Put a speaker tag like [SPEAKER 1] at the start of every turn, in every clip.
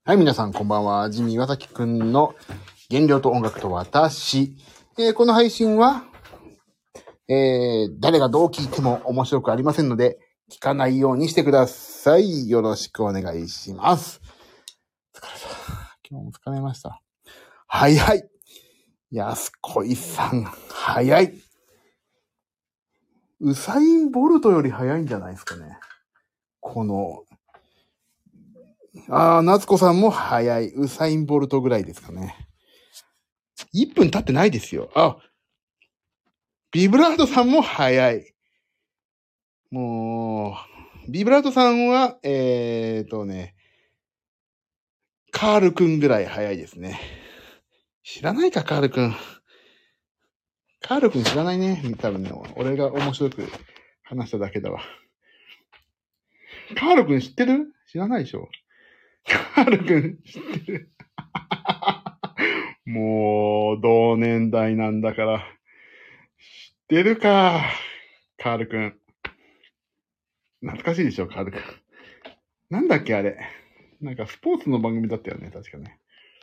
[SPEAKER 1] はい、皆さんこんばんは。ジミー岩崎くんの原料と音楽と私。この配信は、誰がどう聞いても面白くありませんので、聞かないようにしてください。よろしくお願いします。疲れた。今日も疲れました。早い。安恋さん、早い。ウサイン・ボルトより早いんじゃないですかね。この、夏子さんも早い。ウサイン・ボルトぐらいですかね。1分経ってないですよ。ビブラートさんも早い。もう、ビブラートさんは、カールくんぐらい早いですね。知らないか、カールくん。カールくん知らないね。多分ね、俺が面白く話しただけだわ。カールくん知ってる？知らないでしょ。カールくん知ってる？もう、同年代なんだから。知ってるか、カールくん。懐かしいでしょ、カールくん。なんだっけ、あれ。なんかスポーツの番組だったよね、確かね。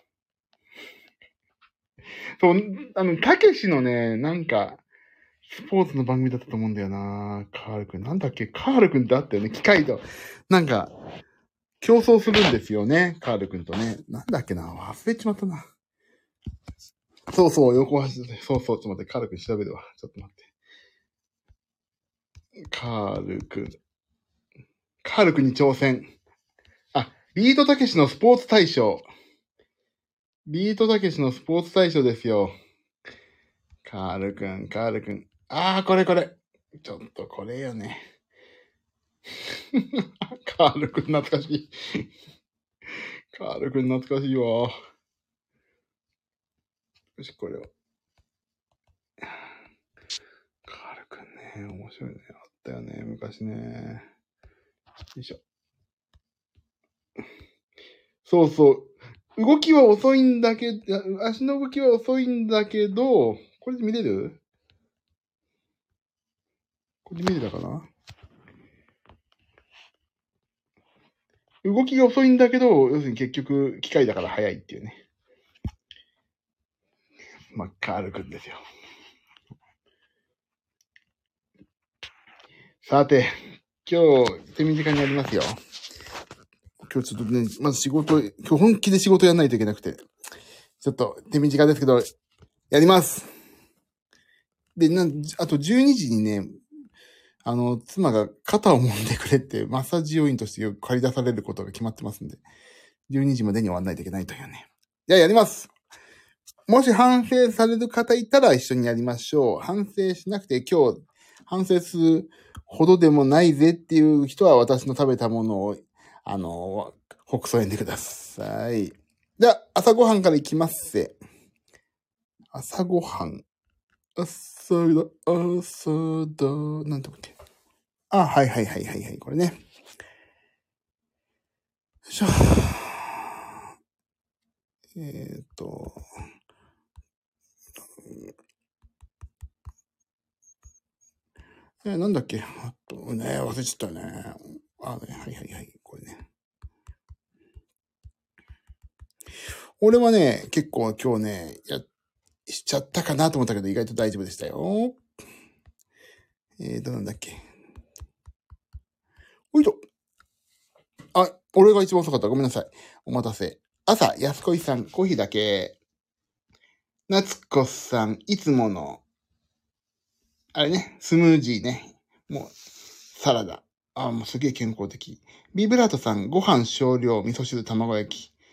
[SPEAKER 1] そう、たけしのね、なんか、スポーツの番組だったと思うんだよな。カールくん。なんだっけ、カールくんってあったよね、機械と。なんか、競争するんですよね、カールくんとね。なんだっけな、忘れちまったな。そうそう、横橋で。そうそう、ちょっと待って、カールくん調べるわ。ちょっと待って。カールくん。カールくんに挑戦。ビートたけしのスポーツ大賞。ビートたけしのスポーツ大賞ですよ。カールくん。これ。ちょっとこれよね。カールくん懐かしい。カールくん懐かしいわ。よし、これを。カールくんね、面白いね。あったよね、昔ね。よいしょ。そうそう。動きは遅いんだけど、足の動きは遅いんだけど、これで見れる？これで見れたかな？動きが遅いんだけど、要するに結局、機械だから速いっていうね。カールくんですよ。さて、今日、手短になりますよ。今日ちょっとね、まず今日本気で仕事やんないといけなくて、ちょっと手短ですけど、やります。で、あと12時にね、妻が肩を揉んでくれって、マッサージ要員として借り出されることが決まってますんで、12時までに終わんないといけないというね。じゃあやります。もし反省される方いたら一緒にやりましょう。反省しなくて今日反省するほどでもないぜっていう人は私の食べたものを、ほくそ笑んでください。じゃあ、朝ごはんからいきますせ。朝ごはん。朝だ、なんとかって。はい。これね。よいしょ。なんだっけ？忘れちゃったね。はい。これね。俺はね、結構今日ね、しちゃったかなと思ったけど、意外と大丈夫でしたよ。なんだっけ。おいと。俺が一番遅かった。ごめんなさい。お待たせ。朝、安子さん、コーヒーだけ。夏子さん、いつもの、あれね、スムージーね。もう、サラダ。もうすげえ健康的。ビブラートさん、ご飯少量、味噌汁、卵焼き。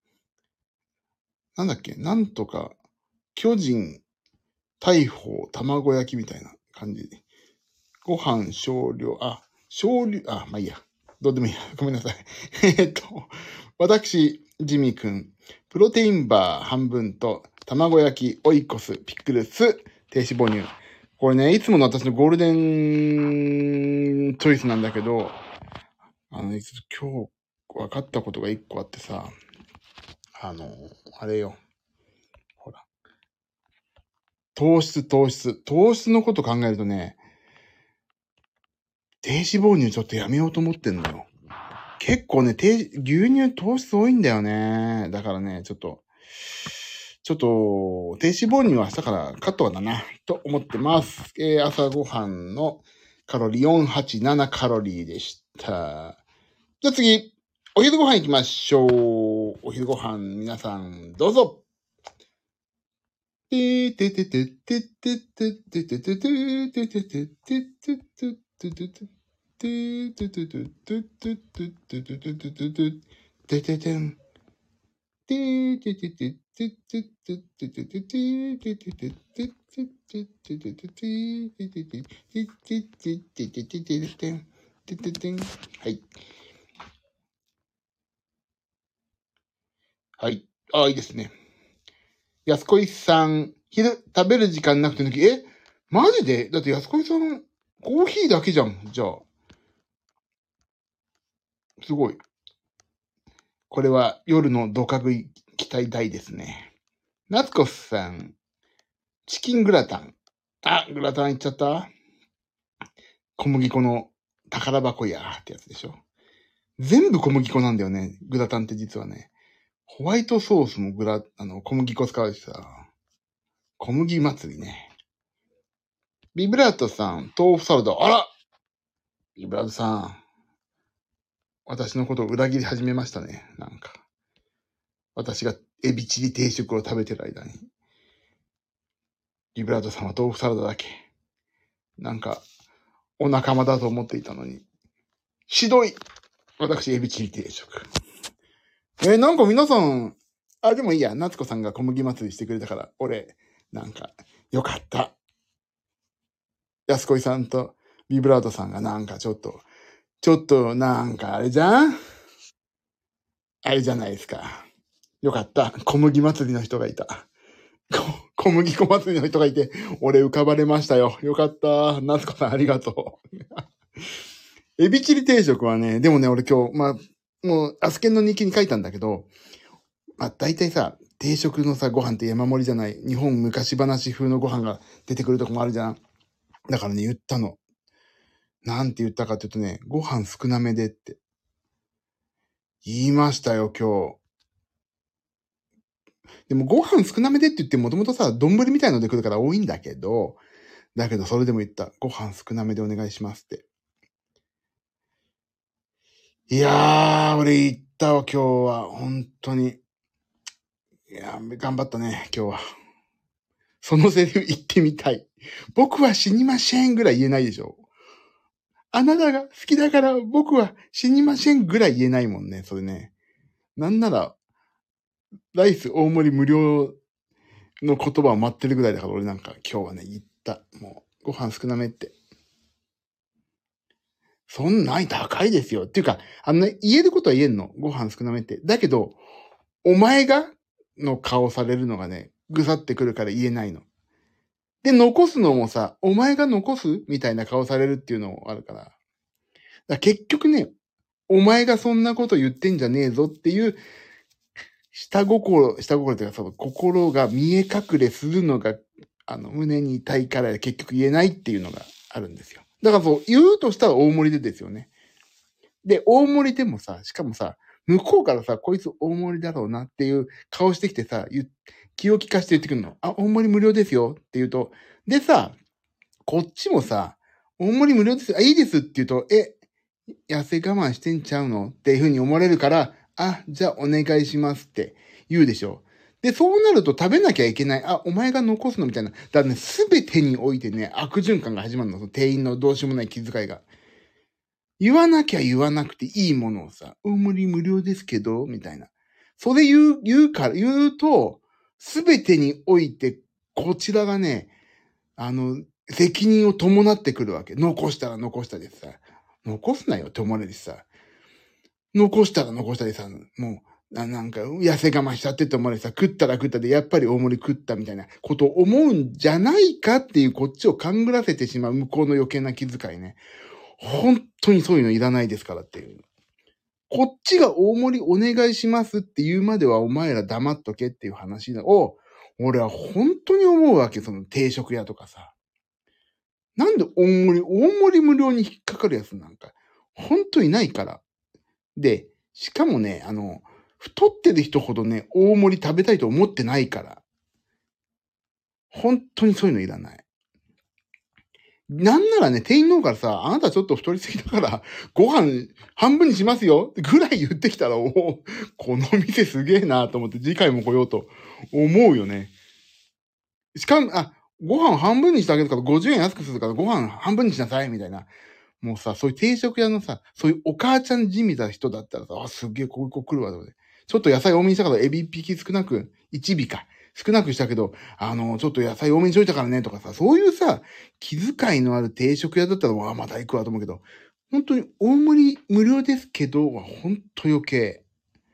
[SPEAKER 1] なんだっけ、なんとか、巨人、大砲、卵焼きみたいな感じで。ご飯少量、まあいいや。どうでもいいや。ごめんなさい。私、ジミーくん、プロテインバー半分と、卵焼き、オイコス、ピクルス、低脂肪乳。これね、いつもの私のゴールデンチョイスなんだけど、今日分かったことが一個あってさ、あれよ。ほら。糖質のこと考えるとね、低脂肪乳ちょっとやめようと思ってんのよ。 結構ね、牛乳糖質多いんだよね。だからね、ちょっと、低脂肪乳は明日からカットだな、と思ってます。朝ごはんのカロリー487カロリーでした。じゃあ次、お昼ごはん行きましょう。お昼ごはん、皆さん、どうぞ。はい。はい。ああ、いいですね。安子さん、昼食べる時間なくて抜き、マジでだって安子さん、コーヒーだけじゃん。じゃあ。すごい。これは夜のドカ食い期待大ですね。夏子さん、チキングラタン。あ、グラタンいっちゃった？小麦粉の宝箱やってやつでしょ。全部小麦粉なんだよね。グラタンって実はね。ホワイトソースも小麦粉使うしさ。小麦祭りね。ビブラートさん、豆腐サラダ。あら！ビブラートさん。私のことを裏切り始めましたね。なんか。私がエビチリ定食を食べてる間に。ビブラートさんは豆腐サラダだけ。なんか、お仲間だと思っていたのに。ひどい！私、エビチリ定食。なんか皆さん、でもいいや。夏子さんが小麦祭りしてくれたから、俺、なんか、よかった。安子さんとビブラートさんがなんかちょっとなんかあれじゃん？あれじゃないですか。よかった。小麦祭りの人がいた。小麦粉祭りの人がいて、俺浮かばれましたよ。よかった。夏子さんありがとう。エビチリ定食はね、でもね、俺今日、もう、アスケンの日記に書いたんだけど、大体さ、定食のさ、ご飯って山盛りじゃない。日本昔話風のご飯が出てくるとこもあるじゃん。だからね、言ったの。なんて言ったかって言うとね、ご飯少なめでって。言いましたよ、今日。でもご飯少なめでって言ってもともとさ、丼みたいので来るから多いんだけどそれでも言った。ご飯少なめでお願いしますって。いやー、俺言ったわ、今日は。本当に。いやー、頑張ったね、今日は。そのセリフ言ってみたい。僕は死にませんぐらい言えないでしょ。あなたが好きだから僕は死にませんぐらい言えないもんね、それね。なんなら、ライス大盛り無料の言葉を待ってるぐらいだから俺なんか今日はね、言った。もう、ご飯少なめって。そんない高いですよ。っていうか、言えることは言えんの。ご飯少なめって。だけど、お前がの顔されるのがね、ぐさってくるから言えないの。で、残すのもさ、お前が残すみたいな顔されるっていうのもあるから。だから結局ね、お前がそんなこと言ってんじゃねえぞっていう、下心っていうか、その心が見え隠れするのが、胸に痛いから結局言えないっていうのがあるんですよ。だからそう、言うとしたら大盛りでですよね。で、大盛りでもさ、しかもさ、向こうからさ、こいつ大盛りだろうなっていう顔してきてさ、気を利かして言ってくるの。大盛り無料ですよって言うと、でさ、こっちもさ、大盛り無料ですよ。いいですって言うと、痩せ我慢してんちゃうのっていう風に思われるから、じゃあお願いしますって言うでしょ。で、そうなると食べなきゃいけない。お前が残すのみたいな。だからね、すべてにおいてね、悪循環が始まるの。店員のどうしようもない気遣いが。言わなきゃ言わなくていいものをさ、大盛り無料ですけど、みたいな。それ言うと、すべてにおいて、こちらがね、責任を伴ってくるわけ。残したら残したでさ。残すなよって思われるしさ。残したら残したでさ、もう、なんか、痩せ我慢しちゃってって思われてさ、食ったら食ったで、やっぱり大盛り食ったみたいなことを思うんじゃないかっていう、こっちを勘ぐらせてしまう向こうの余計な気遣いね。本当にそういうのいらないですからっていう。こっちが大盛りお願いしますって言うまではお前ら黙っとけっていう話を、俺は本当に思うわけ、その定食屋とかさ。なんで大盛り無料に引っかかるやつなんか、本当にないから。 で、しかもね、太ってる人ほどね、大盛り食べたいと思ってないから。本当にそういうのいらない。なんならね、店員の方からさ、あなたちょっと太りすぎだから、ご飯半分にしますよぐらい言ってきたら、おお、この店すげえなと思って次回も来ようと思うよね。しかも、ご飯半分にしてあげるから50円安くするからご飯半分にしなさいみたいな。もうさ、そういう定食屋のさ、そういうお母ちゃんじみた人だったらさ、すっげえここ来るわ、ちょっと野菜多めにしたからエビ1匹少なく、1尾か。少なくしたけど、ちょっと野菜多めにしといたからね、とかさ、そういうさ、気遣いのある定食屋だったら、また行くわと思うけど、本当に大盛り無料ですけど、本当余計。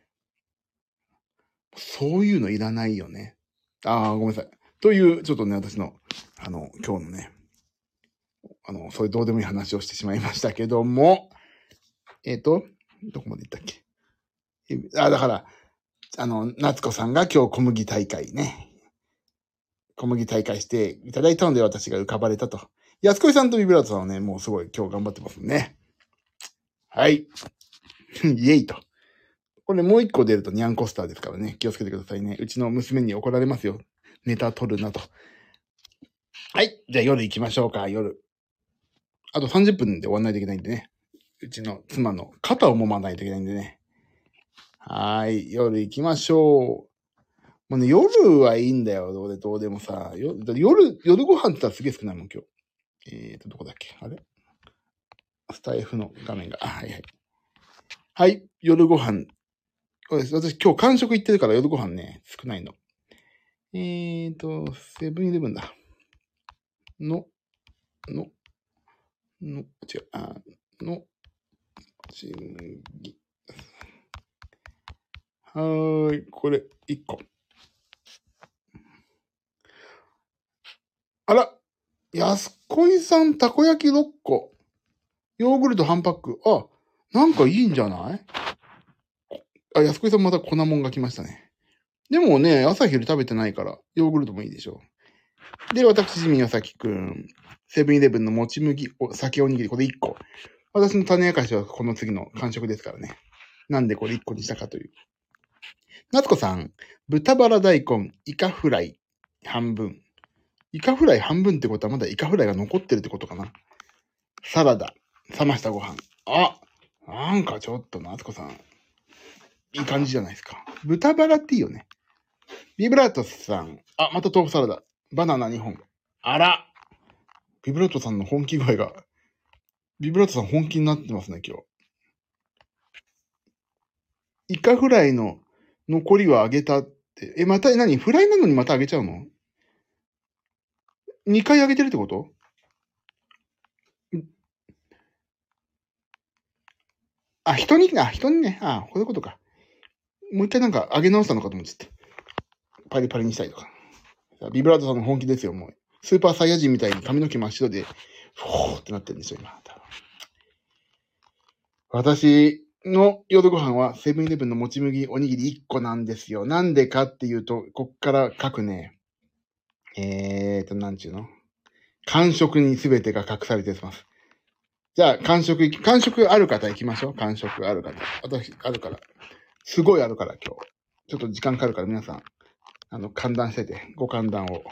[SPEAKER 1] そういうのいらないよね。ごめんなさい。という、ちょっとね、私の、今日のね、そういうどうでもいい話をしてしまいましたけども、どこまで行ったっけ？だから、夏子さんが今日小麦大会ね、小麦大会していただいたので私が浮かばれたと。安子さんとビブラートさんはね、もうすごい今日頑張ってますね。はい。イエイと。これもう一個出るとニャンコスターですからね、気をつけてくださいね。うちの娘に怒られますよ。ネタ取るなと。はい。じゃあ夜行きましょうか、夜。あと30分で終わんないといけないんでね。うちの妻の肩を揉まないといけないんでね。はい。夜行きましょう。もうね、夜はいいんだよ。どうでもさ。夜ご飯って言ったらすげえ少ないもん、今日。どこだっけあれスタイフの画面が。はいはい。はい。夜ご飯。私今日間食行ってるから夜ご飯ね、少ないの。セブンイレブンだ。違う、ち麦。これ、1個。あら、安子さんたこ焼き6個。ヨーグルト半パック。なんかいいんじゃない？安子さんまた粉もんが来ましたね。でもね、朝昼食べてないから、ヨーグルトもいいでしょう。で、私、宮崎くん。セブンイレブンのもち麦、酒おにぎり、これ1個。私の種明かしはこの次の完食ですからね。なんでこれ1個にしたかという。夏子さん、豚バラ大根、イカフライ、半分。イカフライ半分ってことはまだイカフライが残ってるってことかな。サラダ、冷ましたご飯。なんかちょっと夏子さん、いい感じじゃないですか。豚バラっていいよね。ビブラートさん、また豆腐サラダ。バナナ2本。あらビブラートさんの本気具合が、ビブラートさん本気になってますね、今日。イカフライの残りは揚げたって。また何フライなのにまた揚げちゃうの ?2 回揚げてるってこと？人にね。こういうことか。もう一回なんか揚げ直したのかと思って。パリパリにしたりとか。ビブラートさんの本気ですよ、もう。スーパーサイヤ人みたいに髪の毛真っ白で、ほーってなってるんですよ、今。私の夜ご飯はセブンイレブンのもち麦おにぎり1個なんですよ。なんでかっていうと、こっから書くね、なんちゅうの？完食に全てが隠されてます。じゃあ、完食ある方行きましょう。完食ある方。私、あるから。すごいあるから、今日。ちょっと時間かかるから、皆さん、寒暖してて、ご寒暖を。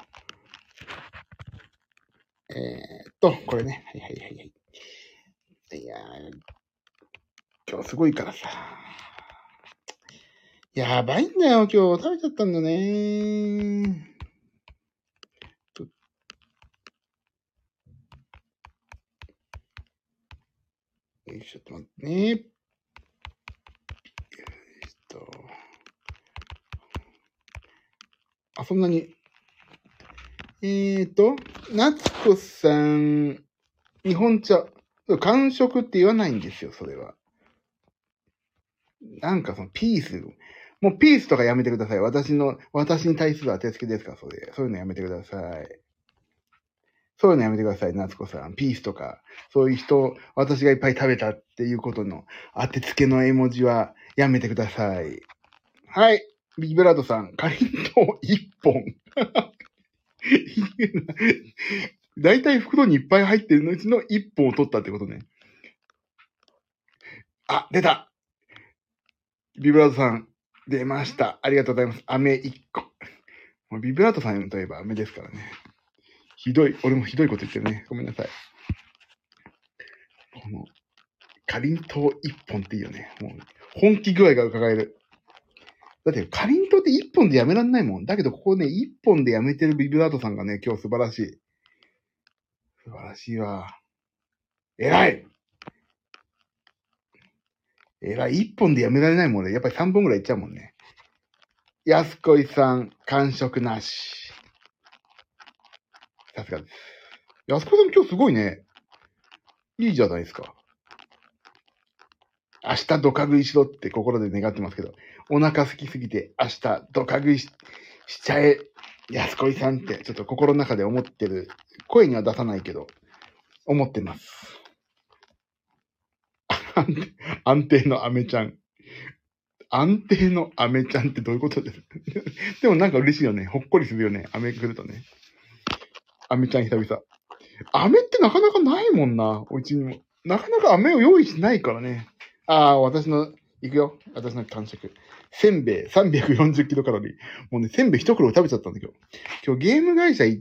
[SPEAKER 1] これね。はい。いやー、今日すごいからさ。やばいんだよ、今日。食べちゃったんだね。ちょっと待ってね。そんなに。夏子さん、日本茶。完食って言わないんですよ、それは。なんかそのピース。もうピースとかやめてください。私に対する当てつけですから、それ。そういうのやめてください。そういうのやめてください、夏子さん。ピースとか、そういう人、私がいっぱい食べたっていうことの当てつけの絵文字はやめてください。はい。ビブラードさん、かりんとう1本。だいたい袋にいっぱい入ってるのうちの1本を取ったってことね。出た。 ビブラートさん、出ました。ありがとうございます。飴1個。もうビブラートさんといえば飴ですからね。俺もひどいこと言ってるね。ごめんなさい。この、かりんとう1本っていいよね。もう、本気具合が伺える。だって、かりんとうって1本でやめらんないもん。だけど、ここね、1本でやめてるビブラートさんがね、今日素晴らしい。素晴らしいわ。偉い1本でやめられないもんね。やっぱり3本ぐらいいっちゃうもんね。安子さん、完食なし。さすがです。安子さん今日すごいね。いいじゃないですか。明日ドカ食いしろって心で願ってますけど、お腹空きすぎて明日ドカ食いしちゃえ、安子さんってちょっと心の中で思ってる。声には出さないけど、思ってます。安定のアメちゃん。安定のアメちゃんってどういうことですでもなんか嬉しいよね。ほっこりするよね。アメ来るとね。アメちゃん久々。アメってなかなかないもんな。うちにも。なかなかアメを用意しないからね。私の、いくよ。私の完食。せんべい340キロカロリー。もうね、せんべい一袋食べちゃったんだけど。今日ゲーム会社行って、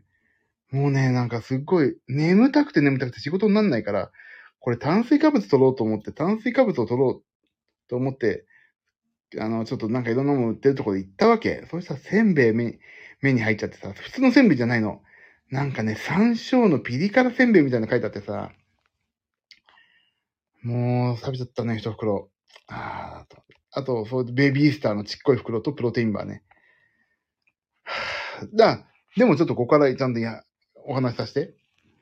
[SPEAKER 1] もうね、なんかすっごい眠たくて仕事になんないから、これ炭水化物取ろうと思って、炭水化物を取ろうと思って、ちょっとなんかいろんなもの売ってるところで行ったわけ。そしたらせんべい目に入っちゃってさ、普通のせんべいじゃないの。なんかね、山椒のピリ辛せんべいみたいなの書いてあってさ、もう食べちゃったね、一袋。あと、ベビースターのちっこい袋とプロテインバーね。でもちょっとここからちゃんとお話しさせて。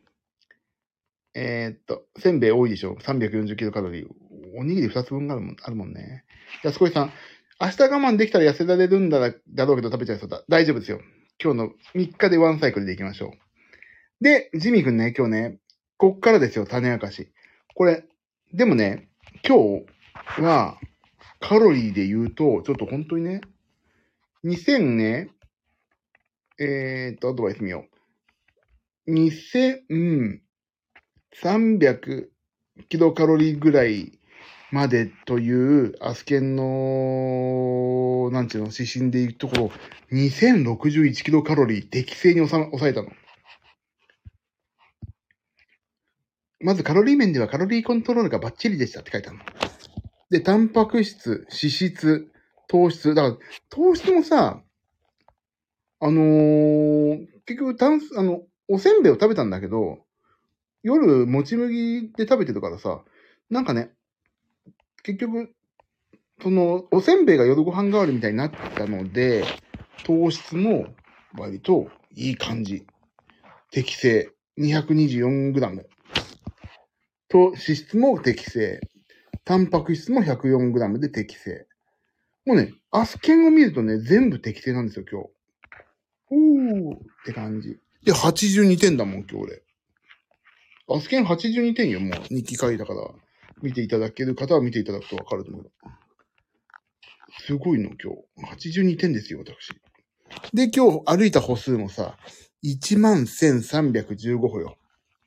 [SPEAKER 1] せんべい多いでしょ ?340 キロカロリー。おにぎり2つ分があるもんね。安子さん、明日我慢できたら痩せられるんだろうけど食べちゃいそうだ。大丈夫ですよ。今日の3日でワンサイクルでいきましょう。で、ジミーくんね、今日ね、こっからですよ、種明かし。これ、でもね、今日は、カロリーで言うと、ちょっと本当にね、2000ね、アドバイス見よう。2300キロカロリーぐらいまでという、アスケンの、なんちゅうの、指針で言うところ、2061キロカロリー適正に抑えたの。まずカロリー面ではカロリーコントロールがバッチリでしたって書いてあるの。で、タンパク質、脂質、糖質。だから、糖質もさ、結局おせんべいを食べたんだけど、夜、もち麦で食べてるからさ、なんかね、結局、おせんべいが夜ご飯代わりみたいになったので、糖質も割といい感じ。適正。224g。と、脂質も適正。タンパク質も 104g で適正。もうね、アスケンを見るとね、全部適正なんですよ、今日。って感じ。で、82点だもん、今日俺。アスケン82点よ、もう。日記書いたから。見ていただける方は見ていただくとわかると思う。すごいの、今日。82点ですよ、私。で、今日歩いた歩数もさ、11,315歩よ。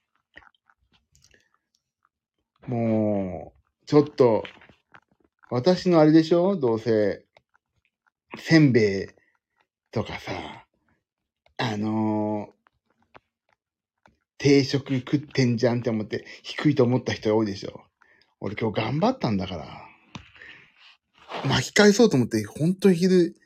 [SPEAKER 1] もう、ちょっと、私のあれでしょ？どうせ、せんべいとかさ、定食食ってんじゃんって思って、低いと思った人多いでしょ。俺今日頑張ったんだから。巻き返そうと思って、本当に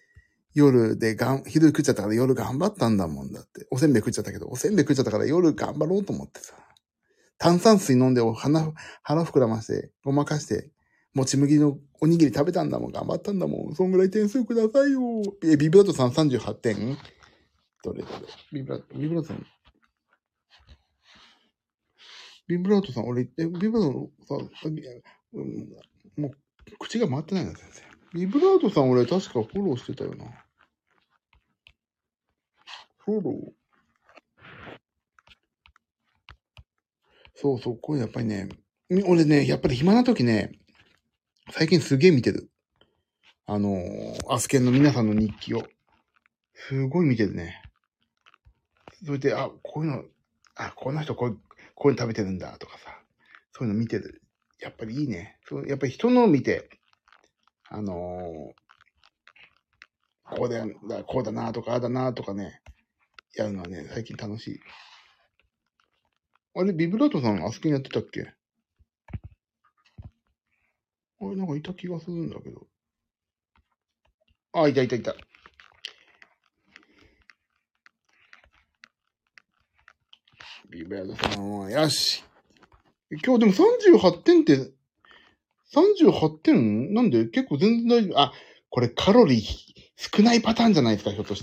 [SPEAKER 1] 昼食っちゃったから夜頑張ったんだもんだって。おせんべい食っちゃったけど、おせんべい食っちゃったから夜頑張ろうと思ってさ。炭酸水飲んで腹膨らまして、ごまかして、もち麦のおにぎり食べたんだもん、頑張ったんだもん。そんぐらい点数くださいよ。ビブラートさん38点？どれビブラートさん。ビブラートさん、俺、ビブラートさん、もう、口が回ってないな、先生。ビブラートさん、俺、確かフォローしてたよな。フォロー。そうそう、これやっぱりね、俺ね、やっぱり暇な時ね、最近すげえ見てる。アスケンの皆さんの日記を。すごい見てるね。それで、この人こういうの食べてるんだとかさ、そういうの見てる。やっぱりいいね。やっぱり人のを見て、 こうだなとか、ああだなとかね、やるのはね、最近楽しい。あれ、ビブラートさん、あそこにやってたっけ？あれ、なんかいた気がするんだけど。あ、いた。ビブラートさんは、よし。今日でも38点って、38点なんで結構全然大丈夫。あ、これカロリー少ないパターンじゃないですか、ひょっとして。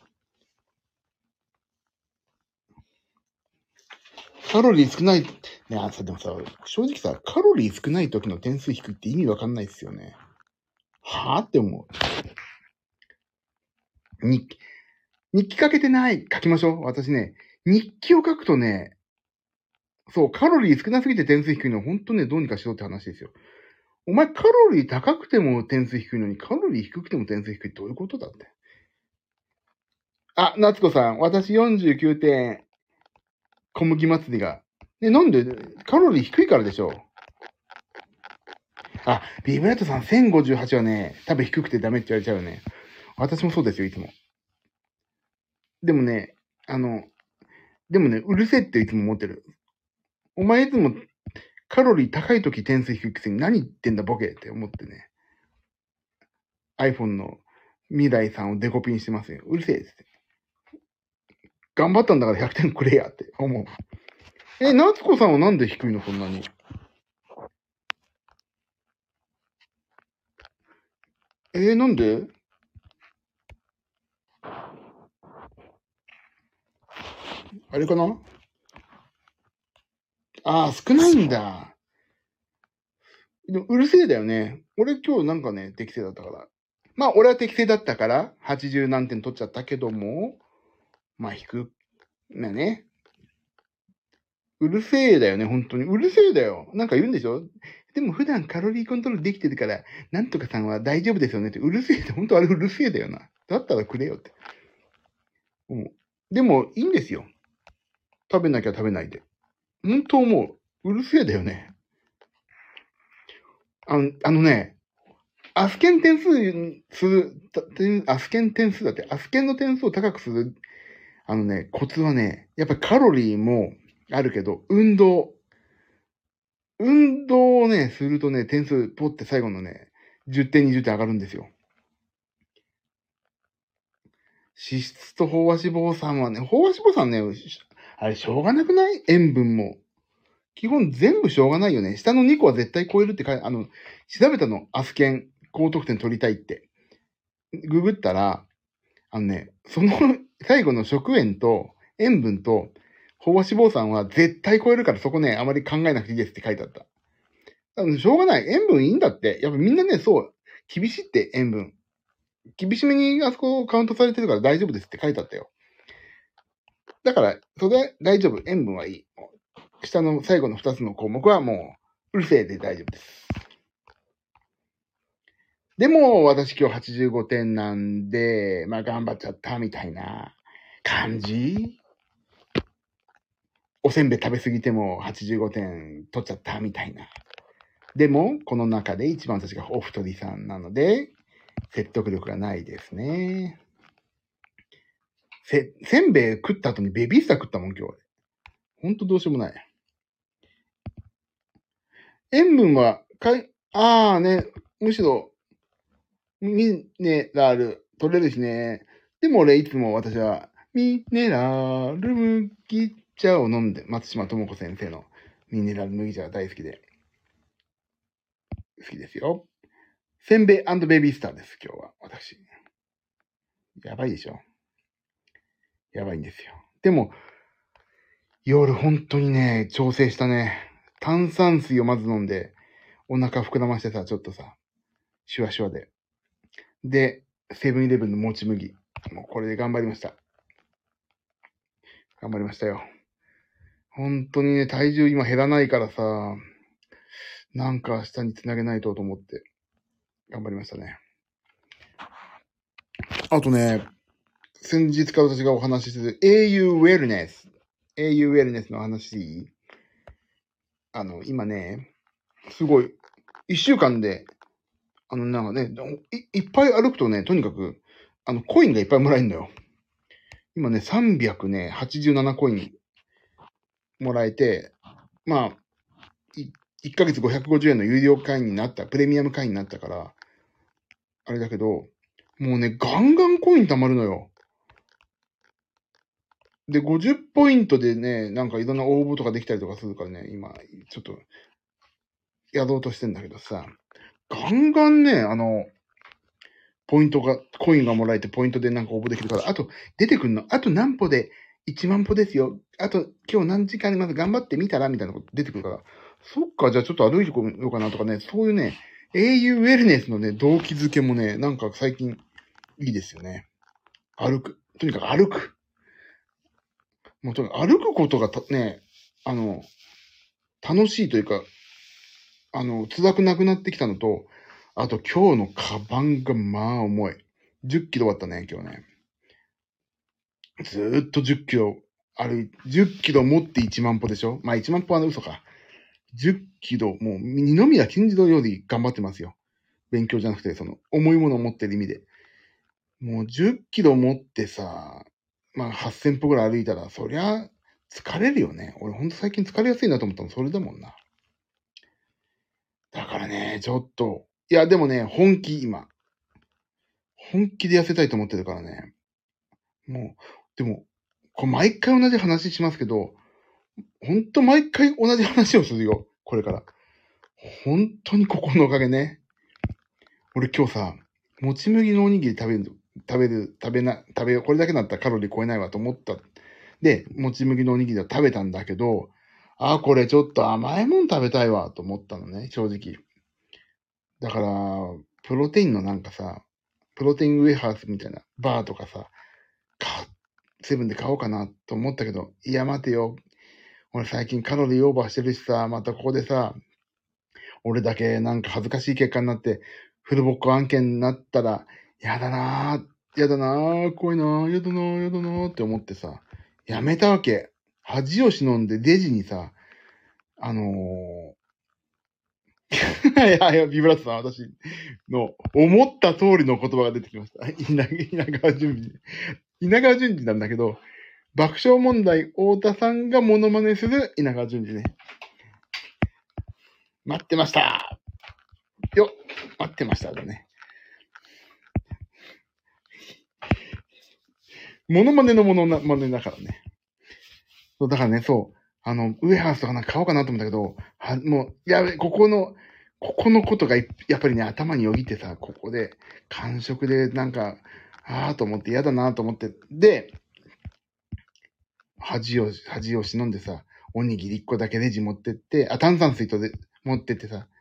[SPEAKER 1] カロリー少ない。ね、でもさ、正直さ、カロリー少ない時の点数低いって意味わかんないですよね。はぁって思う。日記書けてない。書きましょう。私ね、日記を書くとね、そう、カロリー少なすぎて点数低いのは本当ね、どうにかしろって話ですよ。お前カロリー高くても点数低いのに、カロリー低くても点数低いってどういうことだって。あ、夏子さん、私49点、小麦祭りが。なんで、カロリー低いからでしょ。あ、ビブラートさん1058はね、多分低くてダメって言われちゃうよね。私もそうですよ、いつも。でもね、うるせえっていつも思ってる。お前いつもカロリー高い時点数低いくせに何言ってんだボケって思ってね。iPhone の未来さんをデコピンしてますよ。うるせえって。頑張ったんだから100点くれやって思う。夏子さんはなんで低いのそんなに。なんで？あれかな？ああ、少ないんだ。でもうるせえだよね。俺今日なんかね、適正だったから。まあ、俺は適正だったから、80何点取っちゃったけども、まあ、ね。うるせえだよね、本当に。うるせえだよ。なんか言うんでしょ？でも普段カロリーコントロールできてるから、なんとかさんは大丈夫ですよねって。うるせえって、本当あれうるせえだよな。だったらくれよって。でも、いいんですよ。食べなきゃ食べないで。本当思う。うるせえだよね。あのね、アスケン点数する、アスケン点数だって、アスケンの点数を高くする、コツはね、やっぱりカロリーもあるけど、運動をね、するとね、点数ポって最後のね、10点、20点上がるんですよ。脂質と飽和脂肪酸はね、飽和脂肪酸ね、あれしょうがなくない？塩分も。基本全部しょうがないよね。下の2個は絶対超えるって調べたの。アスケン、高得点取りたいって。ググったら、その最後の食塩と塩分と飽和脂肪酸は絶対超えるからそこね、あまり考えなくていいですって書いてあった。しょうがない。塩分いいんだって。やっぱみんなね、そう、厳しいって塩分。厳しめにあそこカウントされてるから大丈夫ですって書いてあったよ。だから、それは大丈夫。塩分はいい。下の最後の2つの項目はもう、うるせえで大丈夫です。でも、私今日85点なんで、まあ頑張っちゃったみたいな感じ？おせんべい食べ過ぎても85点取っちゃったみたいな。でも、この中で一番私がお太りさんなので、説得力がないですね。せんべい食った後にベビースター食ったもん、今日。ほんとどうしようもない。塩分は、むしろ、ミネラル取れるしね。でも俺いつも私は、ミネラル麦茶を飲んで、松島智子先生のミネラル麦茶が大好きで。好きですよ。せんべい&ベビースターです、今日は。私。やばいでしょ？やばいんですよ。でも、夜本当にね、調整したね。炭酸水をまず飲んで、お腹膨らましてさ、ちょっとさ、シュワシュワで。で、セブンイレブンのもち麦。もうこれで頑張りました。頑張りましたよ。本当にね、体重今減らないからさ、なんか明日につなげないと思って、頑張りましたね。あとね、先日から私がお話ししてる au ウェルネス。au ウェルネスの話いい？今ね、すごい、1週間でなんかね、いっぱい歩くとね、とにかく、コインがいっぱいもらえるのよ。今ね、387コインもらえて、まあ、1ヶ月550円の有料会員になった、プレミアム会員になったから、あれだけど、もうね、ガンガンコイン貯まるのよ。で、50ポイントでね、なんかいろんな応募とかできたりとかするからね、今、ちょっと、やろうとしてんだけどさ、ガンガンね、コインがもらえてポイントでなんか応募できるから、あと、出てくるの、あと何歩で1万歩ですよ。あと、今日何時間にまず頑張ってみたらみたいなこと出てくるから、そっか、じゃあちょっと歩いてこようかなとかね、そういうね、英雄ウェルネスのね、動機づけもね、なんか最近いいですよね。歩く。とにかく歩く。もうとにかく歩くことがね、楽しいというか、辛くなくなってきたのと、あと今日のカバンがまあ重い。10キロ終わったね、今日ね。ずーっと10キロ10キロ持って1万歩でしょ。まあ1万歩は嘘か。10キロ、もう二宮金次郎より頑張ってますよ。勉強じゃなくて、重いものを持ってる意味で。もう10キロ持ってさ、まあ8000歩ぐらい歩いたら、そりゃ疲れるよね。俺ほんと最近疲れやすいなと思ったのそれだもんな。だからね、ちょっと、いやでもね、本気で痩せたいと思ってるからね。もう、でも、これ毎回同じ話しますけど、ほんと毎回同じ話をするよ。これから。本当にここのおかげね。俺今日さ、もち麦のおにぎり食べよう。これだけだったらカロリー超えないわと思った。で、もち麦のおにぎりを食べたんだけど、これちょっと甘いもん食べたいわと思ったのね、正直。だから、プロテインのなんかさ、プロテインウェハースみたいなバーとかさ、セブンで買おうかなと思ったけど、いや待てよ。俺最近カロリーオーバーしてるしさ、またここでさ、俺だけなんか恥ずかしい結果になって、フルボッコ案件になったら、やだなぁ、怖いなぁ、やだなぁ、やだなぁって思ってさ、やめたわけ。恥を忍んでレジにさ、いや、ビブラットさん、私の思った通りの言葉が出てきました。稲川淳二。稲川淳二なんだけど、爆笑問題太田さんがモノマネする稲川淳二ね。待ってましたよ待ってましただね。モノマネのモノマネだからね。そう、だからね、そう。ウエハースとかなんか買おうかなと思ったけど、もう、やべ、ここのことがやっぱりね、頭によぎってさ、ここで、感触でなんか、と思って嫌だなと思って、で、恥を忍んでさ、おにぎり1個だけレジ持ってって、炭酸水とで持ってってさ、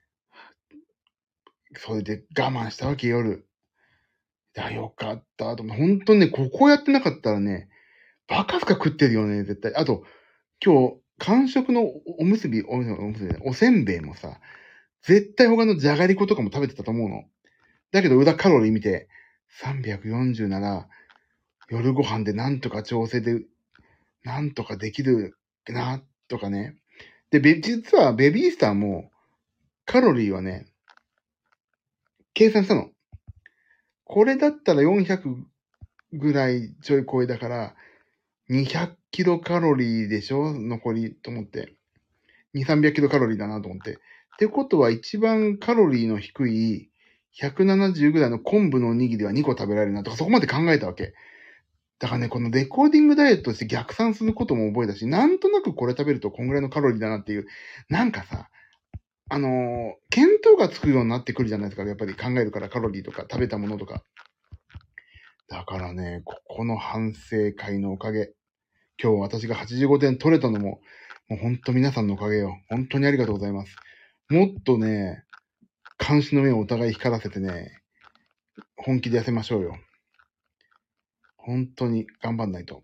[SPEAKER 1] それで我慢したわけ夜。よかったと思って、本当にね、ここやってなかったらね、バカすか食ってるよね、絶対。あと、今日、間食のおせんべいもさ、絶対他のじゃがりことかも食べてたと思うの。だけど裏カロリー見て、340なら、夜ご飯でなんとか調整で、なんとかできるな、とかね。で、実はベビースターも、カロリーはね、計算したの。これだったら400ぐらいちょい超えだから、200キロカロリーでしょ残りと思って。2、300キロカロリーだなと思って。ってことは一番カロリーの低い170ぐらいの昆布のおにぎりは2個食べられるなとかそこまで考えたわけ。だからね、このレコーディングダイエットして逆算することも覚えたし、なんとなくこれ食べるとこんぐらいのカロリーだなっていう、なんかさ、見当がつくようになってくるじゃないですか。やっぱり考えるからカロリーとか食べたものとか。だからね、ここの反省会のおかげ。今日私が85点取れたのも、もうほんと皆さんのおかげよ。本当にありがとうございます。もっとね、監視の目をお互い光らせてね、本気で痩せましょうよ。本当に頑張んないと。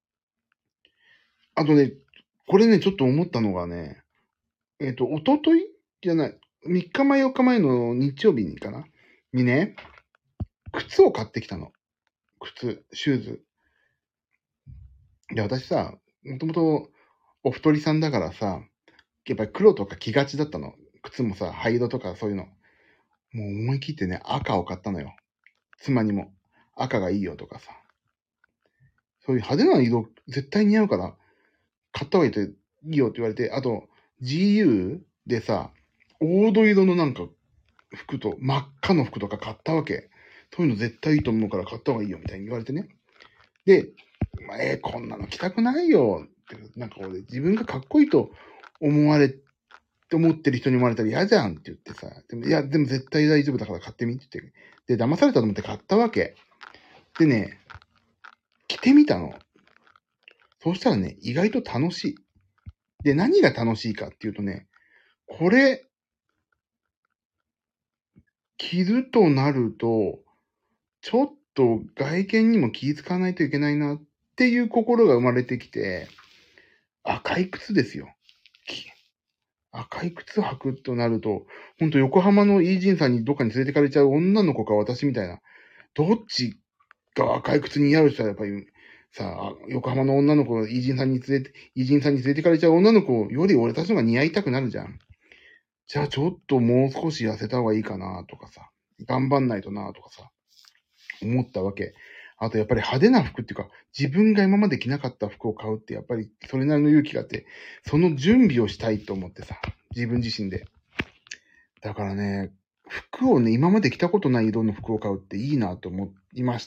[SPEAKER 1] あとね、これね、ちょっと思ったのがね、一昨日じゃない、3日前、4日前の日曜日にかなにね、靴を買ってきたの。シューズ。で、私さ、もともとお太りさんだからさ、やっぱり黒とか着がちだったの。靴もさ、灰色とかそういうの。 もう思い切ってね、赤を買ったのよ。妻にも。赤がいいよとかさ。そういう派手な色、絶対似合うから、買った方がいいよって言われて、あと、GU でさ、黄土色のなんか服と、真っ赤の服とか買ったわけ。そういうの絶対いいと思うから買った方がいいよみたいに言われてね。で、こんなの着たくないよって、なんか俺自分がかっこいいと思ってる人に思われたら嫌じゃんって言ってさ、でも絶対大丈夫だから買ってみって言って。で、騙されたと思って買ったわけ。でね、着てみたの。そうしたらね、意外と楽しい。で、何が楽しいかっていうとね、これ、着るとなると、ちょっと外見にも気遣わないといけないなっていう心が生まれてきて、赤い靴ですよ。赤い靴履くとなると、ほんと横浜のイージンさんにどっかに連れてかれちゃう女の子か私みたいな。どっちが赤い靴似合う人はやっぱり、さ、横浜の女の子、イージンさんに連れてかれちゃう女の子より俺たちのが似合いたくなるじゃん。じゃあちょっともう少し痩せた方がいいかなとかさ、頑張んないとなとかさ、思ったわけ。あとやっぱり派手な服っていうか、自分が今まで着なかった服を買うってやっぱりそれなりの勇気があって、その準備をしたいと思ってさ、自分自身で。だからね、服をね、今まで着たことない色の服を買うっていいなと思いました。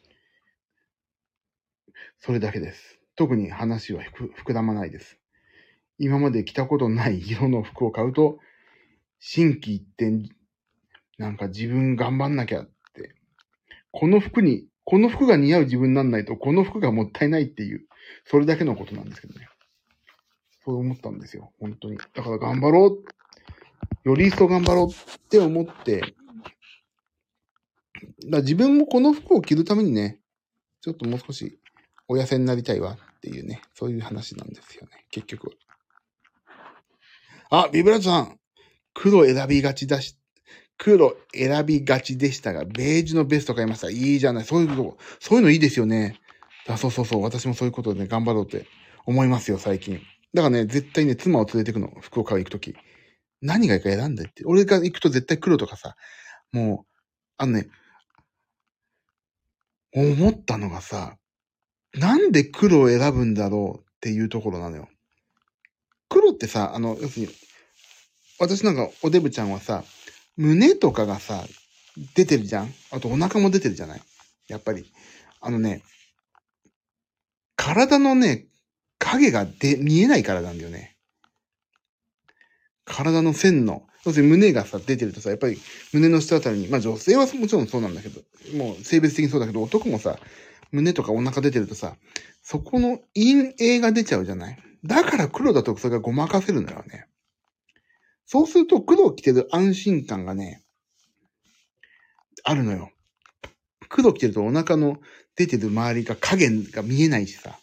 [SPEAKER 1] それだけです。特に話は膨らまないです。今まで着たことない色の服を買うと、心機一転、なんか自分頑張んなきゃって、この服が似合う自分になんないと、この服がもったいないっていう、それだけのことなんですけどね。そう思ったんですよ。本当に。だから頑張ろう。より一層頑張ろうって思って、自分もこの服を着るためにね、ちょっともう少しお痩せになりたいわっていうね、そういう話なんですよね、結局は。あ、ビブラートさん、黒選びがちでしたが、ベージュのベスト買いました。いいじゃない。そういうのいいですよね。そう。私もそういうことでね、頑張ろうって思いますよ、最近。だからね、絶対ね、妻を連れてくの。福岡行くとき。何がいいか選んでって。俺が行くと絶対黒とかさ、もう、思ったのがさ、なんで黒を選ぶんだろうっていうところなのよ。黒ってさ、要するに、私なんかおデブちゃんはさ、胸とかがさ、出てるじゃん。あとお腹も出てるじゃない。やっぱり。体のね、影が見えないからなんだよね。体の線の、要するに胸がさ、出てるとさ、やっぱり胸の下あたりに、まあ女性はもちろんそうなんだけど、もう性別的にそうだけど、男もさ、胸とかお腹出てるとさ、そこの陰影が出ちゃうじゃない。だから黒だとそれがごまかせるんだよね。そうすると黒を着てる安心感がね、あるのよ。黒着てるとお腹の出てる周りが影が見えないしさ。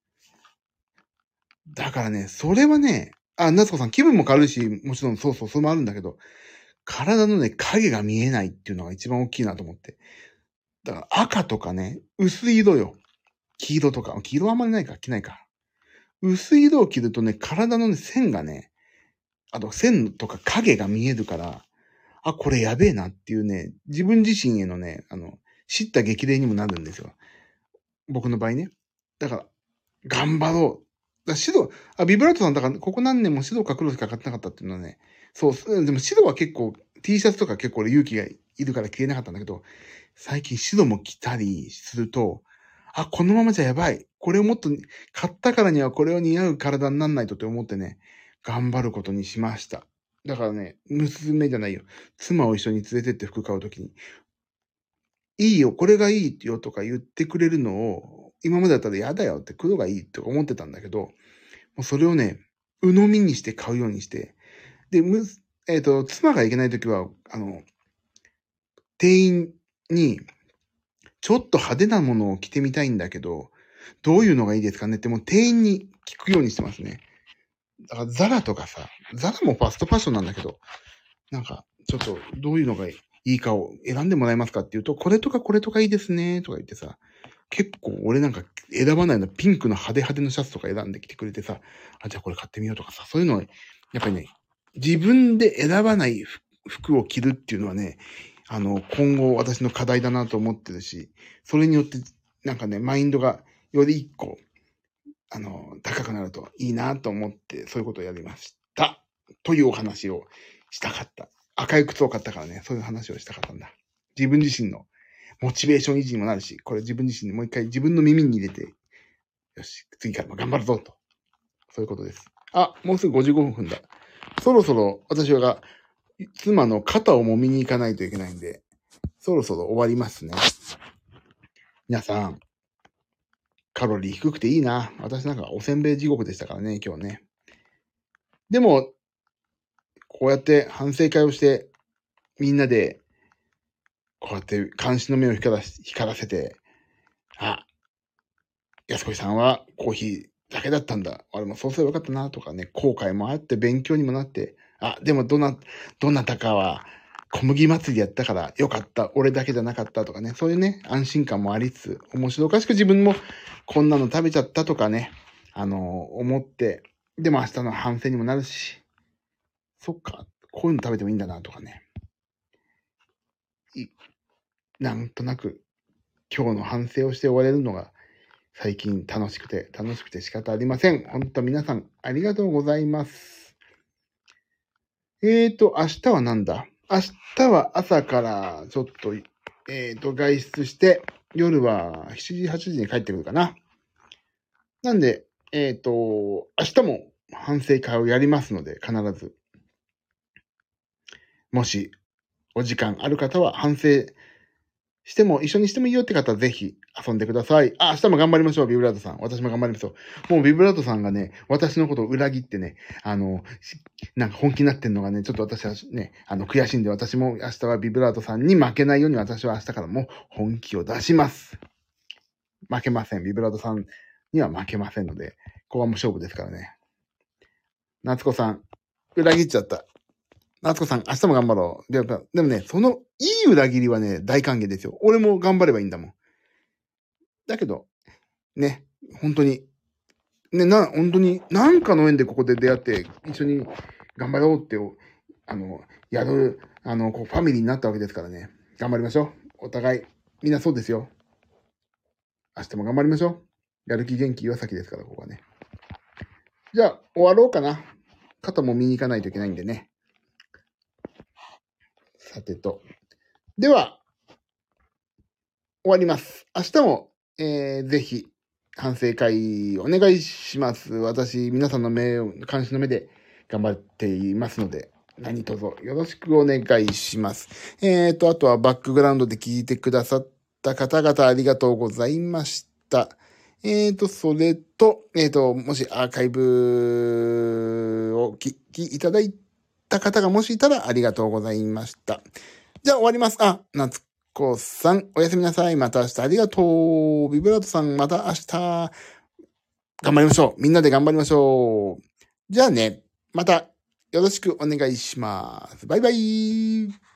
[SPEAKER 1] だからね、それはね、夏子さん気分も軽いし、もちろんそう、それもあるんだけど、体のね、影が見えないっていうのが一番大きいなと思って。だから赤とかね、薄い色よ。黄色とか、黄色はあんまりないか、着ないか。薄い色を着るとね、体のね、線がね、あと線とか影が見えるから、これやべえなっていうね、自分自身へのね、知った激励にもなるんですよ。僕の場合ね。だから、頑張ろう。ビブラートさんだから、ここ何年も白か黒しか買ってなかったっていうのはね、そう、でも白は結構、T シャツとか結構俺勇気がいるから着れなかったんだけど、最近白も着たりすると、このままじゃやばい。これをもっと、買ったからにはこれを似合う体になんないとって思ってね、頑張ることにしました。だからね、娘じゃないよ。妻を一緒に連れてって服買うときに、いいよ、これがいいよとか言ってくれるのを、今までだったら嫌だよって黒がいいって思ってたんだけど、もうそれをね、鵜呑みにして買うようにして、で、妻が行けないときは、店員に、ちょっと派手なものを着てみたいんだけど、どういうのがいいですかねってもう店員に聞くようにしてますね。だからザラとかさ、ザラもファストファッションなんだけど、なんか、ちょっとどういうのがいいかを選んでもらえますかって言うと、これとかこれとかいいですね、とか言ってさ、結構俺なんか選ばないのピンクの派手のシャツとか選んできてくれてさ、じゃあこれ買ってみようとかさ、そういうのは、やっぱりね、自分で選ばない服を着るっていうのはね、今後私の課題だなと思ってるし、それによってなんかね、マインドがより一個、高くなるといいなと思って、そういうことをやりました。というお話をしたかった。赤い靴を買ったからね、そういう話をしたかったんだ。自分自身のモチベーション維持にもなるし、これ自分自身にもう一回自分の耳に入れて、よし、次からも頑張るぞと。そういうことです。あ、もうすぐ55分だ。そろそろ私が妻の肩を揉みに行かないといけないんで、そろそろ終わりますね。皆さん、カロリー低くていいな。私なんかおせんべい地獄でしたからね、今日ね。でも、こうやって反省会をして、みんなで、こうやって監視の目を光らせて、あ、安子さんはコーヒーだけだったんだ。俺もそうすればよかったなとかね、後悔もあって勉強にもなって、あ、でもどなたかは小麦祭りやったからよかった。俺だけじゃなかったとかね、そういうね、安心感もありつつ、面白おかしく自分もこんなの食べちゃったとかね、思って、でも明日の反省にもなるし、そっか、こういうの食べてもいいんだなとかね。なんとなく今日の反省をして終われるのが最近楽しくて仕方ありません。本当皆さんありがとうございます。明日はなんだ？明日は朝からちょっと、外出して、夜は7時、8時に帰ってくるかな。なんで、明日も反省会をやりますので、必ず。もし、お時間ある方は反省しても、一緒にしてもいいよって方はぜひ遊んでください。あ、明日も頑張りましょう、ビブラートさん。私も頑張りましょう。もうビブラートさんがね、私のことを裏切ってね、なんか本気になってんのがね、ちょっと私はね、悔しいんで、私も明日はビブラートさんに負けないように私は明日からも本気を出します。負けません。ビブラートさんには負けませんので、ここはもう勝負ですからね。夏子さん、裏切っちゃった。夏子さん、明日も頑張ろう。でもね、そのいい裏切りはね、大歓迎ですよ。俺も頑張ればいいんだもん。だけど、ね、本当に、ね、本当に、なんかの縁でここで出会って、一緒に頑張ろうって、やる、ファミリーになったわけですからね。頑張りましょう。お互い、みんなそうですよ。明日も頑張りましょう。やる気元気岩崎ですから、ここはね。じゃあ、終わろうかな。肩も見に行かないといけないんでね。さてと。では、終わります。明日も、ぜひ、反省会お願いします。私、皆さんの監視の目で頑張っていますので、何卒よろしくお願いします。あとはバックグラウンドで聞いてくださった方々ありがとうございました。それと、もしアーカイブを聞きいただいた方がもしいたらありがとうございました。じゃあ終わります。夏子さん、おやすみなさい。また明日ありがとう。ビブラートさん、また明日、頑張りましょう。みんなで頑張りましょう。じゃあね、またよろしくお願いします。バイバイ。